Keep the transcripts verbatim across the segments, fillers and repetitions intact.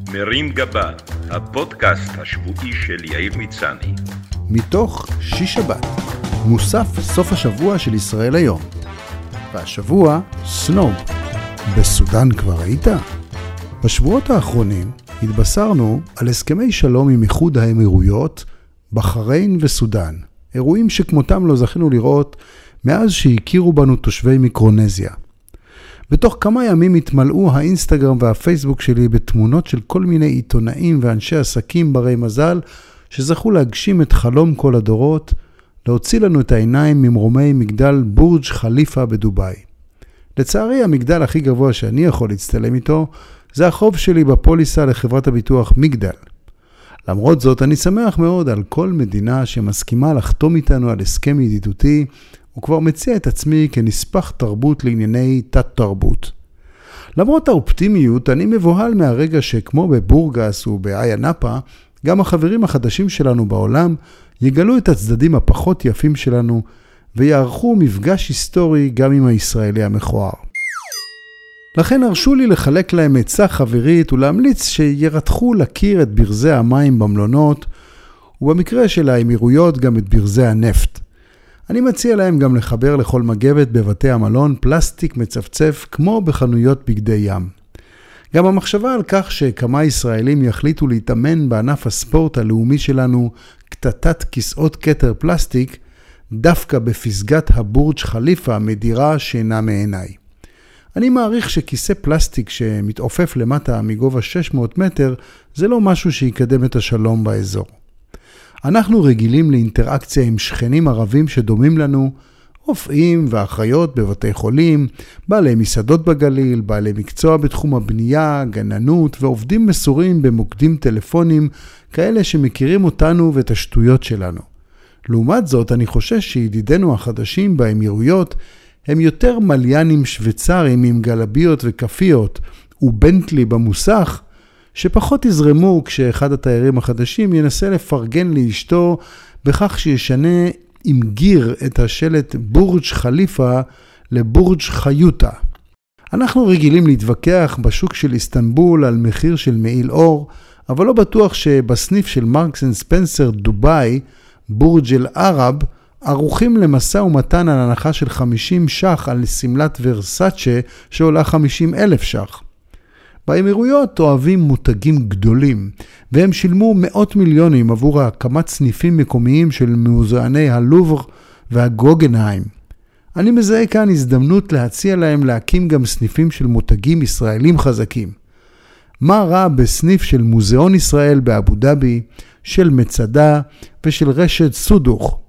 מרים גבה, הפודקאסט השבועי של יאיר מצני. מתוך שיש שבת, מוסף סוף השבוע של ישראל היום. והשבוע, סנוב. בסודן כבר היית? בשבועות האחרונים התבשרנו על הסכמי שלום עם איחוד האמירויות, בחריין וסודן. אירועים שכמותם לא זכינו לראות מאז שהכירו בנו תושבי מיקרונזיה. בתוך כמה ימים התמלאו האינסטגרם והפייסבוק שלי בתמונות של כל מיני עיתונאים ואנשי עסקים ברי מזל שזכו להגשים את חלום כל הדורות, להוציא לנו את העיניים ממרומי מגדל בורג' חליפה בדוביי. לצערי המגדל הכי גבוה שאני יכול להצטלם איתו זה החוב שלי בפוליסה לחברת הביטוח מגדל. למרות זאת אני שמח מאוד על כל מדינה שמסכימה לחתום איתנו על הסכם ידידותי, וכבר מציע את עצמי כנספח תרבות לענייני תת תרבות. למרות האופטימיות, אני מבוהל מהרגע שכמו בבורגס ובאיה נאפה, גם החברים החדשים שלנו בעולם יגלו את הצדדים הפחות יפים שלנו, ויערכו מפגש היסטורי גם עם הישראלי המכוער. לכן הרשו לי לחלק להם עצה חברית ולהמליץ שירתחו להכיר את ברזי המים במלונות, ובמקרה של האמירויות גם את ברזי הנפט. אני מציע להם גם לחבר לכל מגבת בבתי המלון פלסטיק מצפצף כמו בחנויות בגדי ים. גם המחשבה על כך שכמה ישראלים יחליטו להתאמן בענף הספורט הלאומי שלנו קטטת כיסאות כתר פלסטיק, דווקא בפסגת הבורג' חליפה מדירה שינה מעיניי. אני מעריך שכיסא פלסטיק שמתעופף למטה מגובה שש מאות מטר זה לא משהו שיקדם את השלום באזור. אנחנו רגילים לאינטראקציה עם שכנים ערבים שדומים לנו, רופאים ואחיות בבתי חולים, בעלי מסעדות בגליל, בעלי מקצוע בתחום הבנייה, גננות ועובדים מסורים במוקדים טלפונים, כאלה שמכירים אותנו ואת השטויות שלנו. לעומת זאת, אני חושש שידידינו החדשים באמירויות הם יותר מליינים שוויצרים עם גלביות וקפיות ובנטלי במוסך, שפחות יזרמו כשאחד התיירים החדשים ינסה לפרגן לאשתו בכך שישנה עם גיר את השלט בורג' חליפה לבורג' חיוטה. אנחנו רגילים להתווכח בשוק של איסטנבול על מחיר של מעיל אור, אבל לא בטוח שבסניף של מרקס אנד ספנסר דוביי, בורג' אל ערב, ערוכים למשא ומתן על הנחה של חמישים שח על סמלת ורסאצ'ה שעולה חמישים אלף שח. באמירויות אוהבים מותגים גדולים, והם שילמו מאות מיליונים עבור הקמת סניפים מקומיים של מוזיאוני הלובר והגוגנהיים. אני מזהה כאן הזדמנות להציע להם להקים גם סניפים של מותגים ישראלים חזקים. מה רע בסניף של מוזיאון ישראל באבו דאבי, של מצדה ושל רשת סודוך?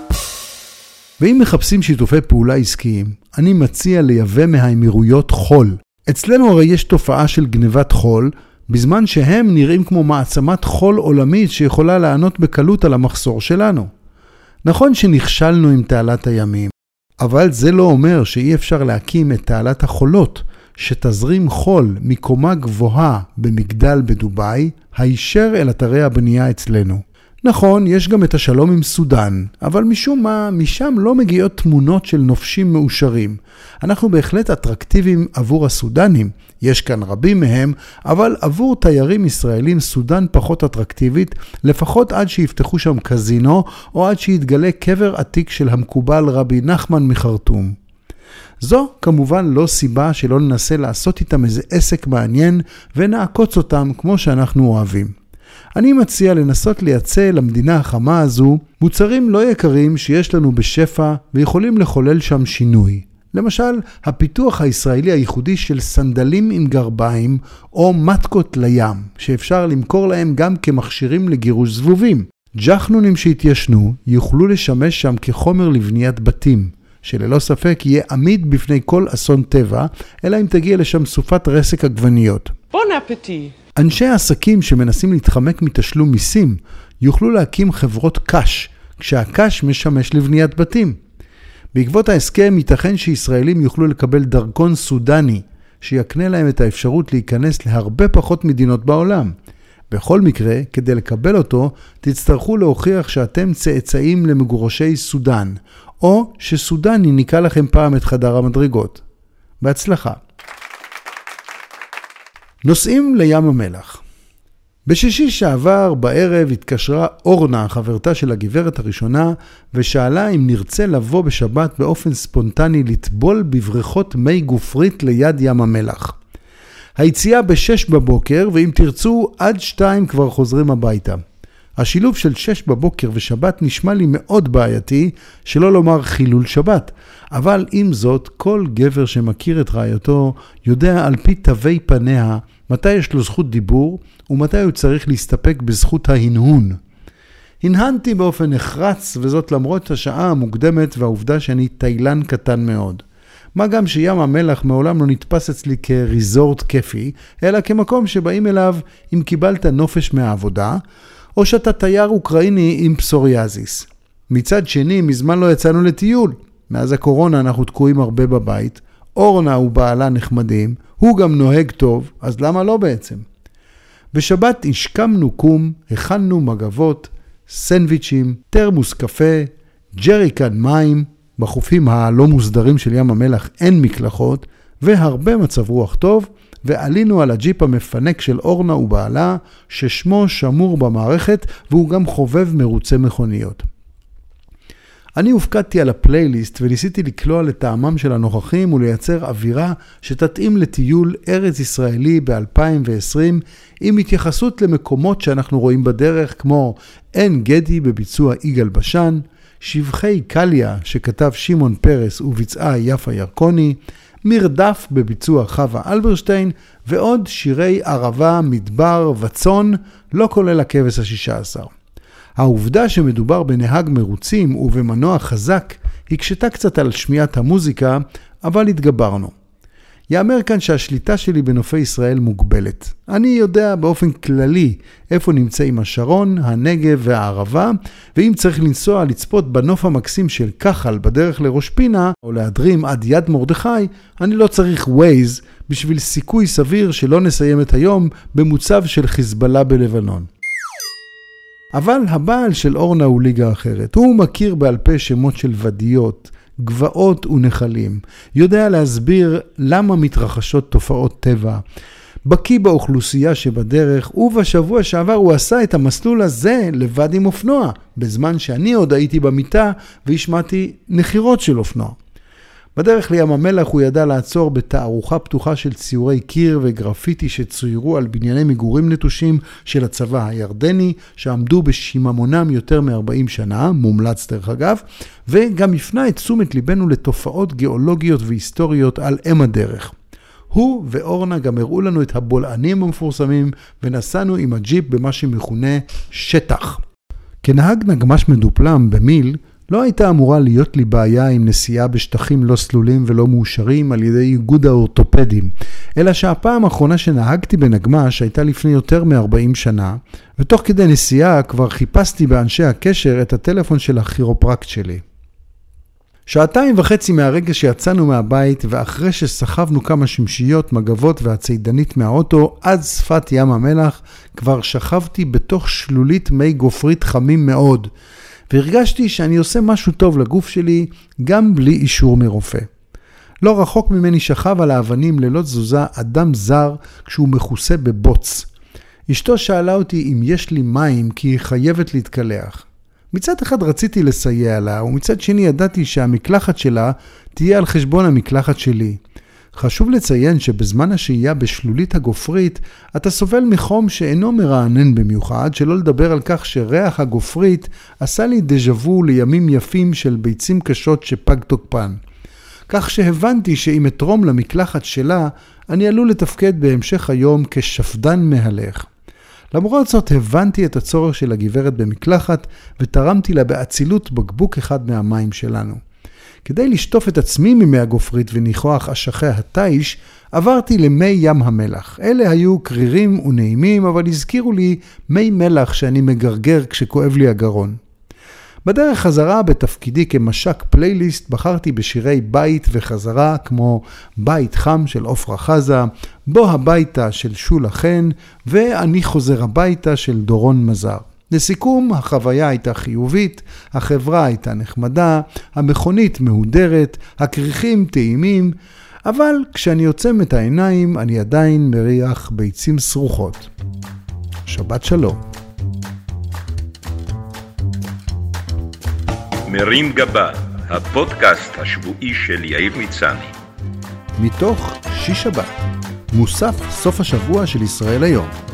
ואם מחפשים שיתופי פעולה עסקיים, אני מציע לייבא מהאמירויות חול. אצלנו הרי יש תופעה של גנבת חול, בזמן שהם נראים כמו מעצמת חול עולמית שיכולה לענות בקלות על המחסור שלנו. נכון שנכשלנו עם תעלת הימים, אבל זה לא אומר שאי אפשר להקים את תעלת החולות, שתזרים חול מקומה גבוהה במגדל בדוביי, הישר אל אתרי הבנייה אצלנו. נכון, יש גם את השלום עם סודן, אבל משום מה, משם לא מגיעות תמונות של נופשים מאושרים. אנחנו בהחלט אטרקטיביים עבור הסודנים, יש כאן רבים מהם, אבל עבור תיירים ישראלים סודן פחות אטרקטיבית, לפחות עד שיפתחו שם קזינו, או עד שיתגלה קבר עתיק של המקובל רבי נחמן מחרטום. זו כמובן לא סיבה שלא ננסה לעשות איתם איזה עסק מעניין, ונעקוץ אותם כמו שאנחנו אוהבים. אני מציע לנסות לייצא למדינה החמה הזו מוצרים לא יקרים שיש לנו בשפע ויכולים לחולל שם שינוי. למשל, הפיתוח הישראלי הייחודי של סנדלים עם גרביים או מתקות לים, שאפשר למכור להם גם כמכשירים לגירוש זבובים. ג'חנונים שהתיישנו יוכלו לשמש שם כחומר לבניית בתים, שללא ספק יהיה עמיד בפני כל אסון טבע, אלא אם תגיע לשם סופת רסק עגבניות. בון אפטי! אנשי העסקים שמנסים להתחמק מתשלום מיסים יוכלו להקים חברות קש, כשהקש משמש לבניית בתים. בעקבות ההסכם ייתכן שישראלים יוכלו לקבל דרכון סודני, שיקנה להם את האפשרות להיכנס להרבה פחות מדינות בעולם. בכל מקרה, כדי לקבל אותו, תצטרכו להוכיח שאתם צאצאים למגורשי סודן, או שסודן יניקה לכם פעם את חדר המדרגות. בהצלחה. נוסעים לים המלח. בשישי שעבר בערב התקשרה אורנה, חברתה של הגברת הראשונה, ושאלה אם נרצה לבוא בשבת באופן ספונטני לטבול בבריכות מי גופרית ליד ים המלח. היציאה בשש בבוקר, ואם תרצו עד שתיים כבר חוזרים הביתה. השילוב של שש בבוקר ושבת נשמע לי מאוד בעייתי, שלא לומר חילול שבת. אבל עם זאת, כל גבר שמכיר את רעייתו יודע על פי תווי פניה מתי יש לו זכות דיבור ומתי הוא צריך להסתפק בזכות ההנהון. הנהנתי באופן נחרץ, וזאת למרות השעה המוקדמת והעובדה שאני תאילן קטן מאוד. מה גם שים המלח מעולם לא נתפס אצלי כריזורט כיפי, אלא כמקום שבאים אליו אם קיבלת נופש מהעבודה, או שאתה תייר אוקראיני עם פסוריאזיס. מצד שני, מזמן לא יצאנו לטיול. מאז הקורונה אנחנו תקועים הרבה בבית, אורנה ובעלה נחמדים, הוא גם נוהג טוב, אז למה לא בעצם? בשבת השכמנו קום, הכנו מגבות, סנדוויצ'ים, תרמוס קפה, ג'ריקן מים, בחופים הלא מוסדרים של ים המלח אין מקלחות, והרבה מצב רוח טוב, ועלינו על הג'יפ המפנק של אורנה ובעלה, ששמו שמור במערכת, והוא גם חובב מרוצי מכוניות. אני הופקדתי על הפלייליסט וניסיתי לקלוע לטעמם של הנוכחים ולייצר אווירה שתתאים לטיול ארץ ישראלי ב-אלפיים ועשרים, עם התייחסות למקומות שאנחנו רואים בדרך, כמו עין גדי בביצוע יגאל בשן, שבחי קליה שכתב שמעון פרס וביצעה יפה ירקוני, מרדף בביצוע חווה אלברשטיין, ועוד שירי ערבה, מדבר וצון, לא כולל הכבש השישה עשר. העובדה שמדובר בנהג מרוצים ובמנוע חזק הקשתה קצת על שמיעת המוזיקה, אבל התגברנו. יאמר כאן שהשליטה שלי בנופי ישראל מוגבלת. אני יודע באופן כללי איפה נמצאים השרון, הנגב והערבה, ואם צריך לנסוע לצפות בנוף המקסים של כחל בדרך לראש פינה, או להדרים עד יד מרדכי, אני לא צריך ווייז בשביל סיכוי סביר שלא נסיים את היום במוצב של חיזבאללה בלבנון. אבל הבעל של אורנה הוא ליגה אחרת. הוא מכיר בעל פה שמות של ודיות, גבעות ונחלים. יודע להסביר למה מתרחשות תופעות טבע. בקי באוכלוסייה שבדרך, ובשבוע שעבר הוא עשה את המסלול הזה לבד עם אופנוע, בזמן שאני עוד הייתי במיטה והשמעתי נחירות של אופנוע. בדרך לים המלח הוא ידע לעצור בתערוכה פתוחה של ציורי קיר וגרפיטי שצוירו על בנייני מגורים נטושים של הצבא הירדני, שעמדו בשיממונם יותר מ-ארבעים שנה, מומלץ דרך אגב, וגם הפנה את תשומת ליבנו לתופעות גיאולוגיות והיסטוריות על אם הדרך. הוא ואורנה גם הראו לנו את הבולענים המפורסמים, ונסענו עם הג'יפ במה שמכונה שטח. כנהג נגמש מדופלם במיל, לא הייתה אמורה להיות לי בעיה עם נסיעה בשטחים לא סלולים ולא מאושרים על ידי איגוד האורתופדים, אלא שהפעם האחרונה שנהגתי בנגמש הייתה לפני יותר מ-ארבעים שנה, ותוך כדי נסיעה כבר חיפשתי באנשי הקשר את הטלפון של הכירופרקט שלי. שעתיים וחצי מהרגע שיצאנו מהבית, ואחרי שסחבנו כמה שמשיות, מגבות והציידנית מהאוטו עד שפת ים המלח, כבר שכבתי בתוך שלולית מי גופרית חמים מאוד, והרגשתי שאני עושה משהו טוב לגוף שלי גם בלי אישור מרופא. לא רחוק ממני שכב על האבנים ללא תזוזה אדם זר כשהוא מכוסה בבוץ. אשתו שאלה אותי אם יש לי מים כי היא חייבת להתקלח. מצד אחד רציתי לסייע לה, ומצד שני ידעתי שהמקלחת שלה תהיה על חשבון המקלחת שלי. חשוב לציין שבזמן השהייה בשלולית הגופרית, אתה סובל מחום שאינו מרענן במיוחד, שלא לדבר על כך שריח הגופרית עשה לי דז'וו לימים יפים של ביצים קשות שפג תוקפן. כך שהבנתי שאם אתרום למקלחת שלה, אני עלול לתפקד בהמשך היום כשפדן מהלך. למרות זאת הבנתי את הצורך של הגברת במקלחת, ותרמתי לה באצילות בקבוק אחד מהמים שלנו. כדי לשטוף את עצמי ממי הגופרית וניחוח אשכי התיש, עברתי למי ים המלח. אלה היו קרירים ונעימים, אבל הזכירו לי מי מלח שאני מגרגר כשכואב לי הגרון. בדרך חזרה בתפקידי כמשק פלייליסט בחרתי בשירי בית וחזרה כמו בית חם של עופרה חזה, בוא הביתה של שולה חן ואני חוזר הביתה של דורון מזר. לסיכום, החוויה הייתה חיובית, החברה הייתה נחמדה, המכונית מהודרת, הכריכים טעימים, אבל כשאני עוצם את העיניים אני עדיין מריח ביצים סרוחות. שבת שלום. מרים גבה, הפודקאסט השבועי של יאיר ניצני. מתוך שיש שבת, מוסף סוף השבוע של ישראל היום.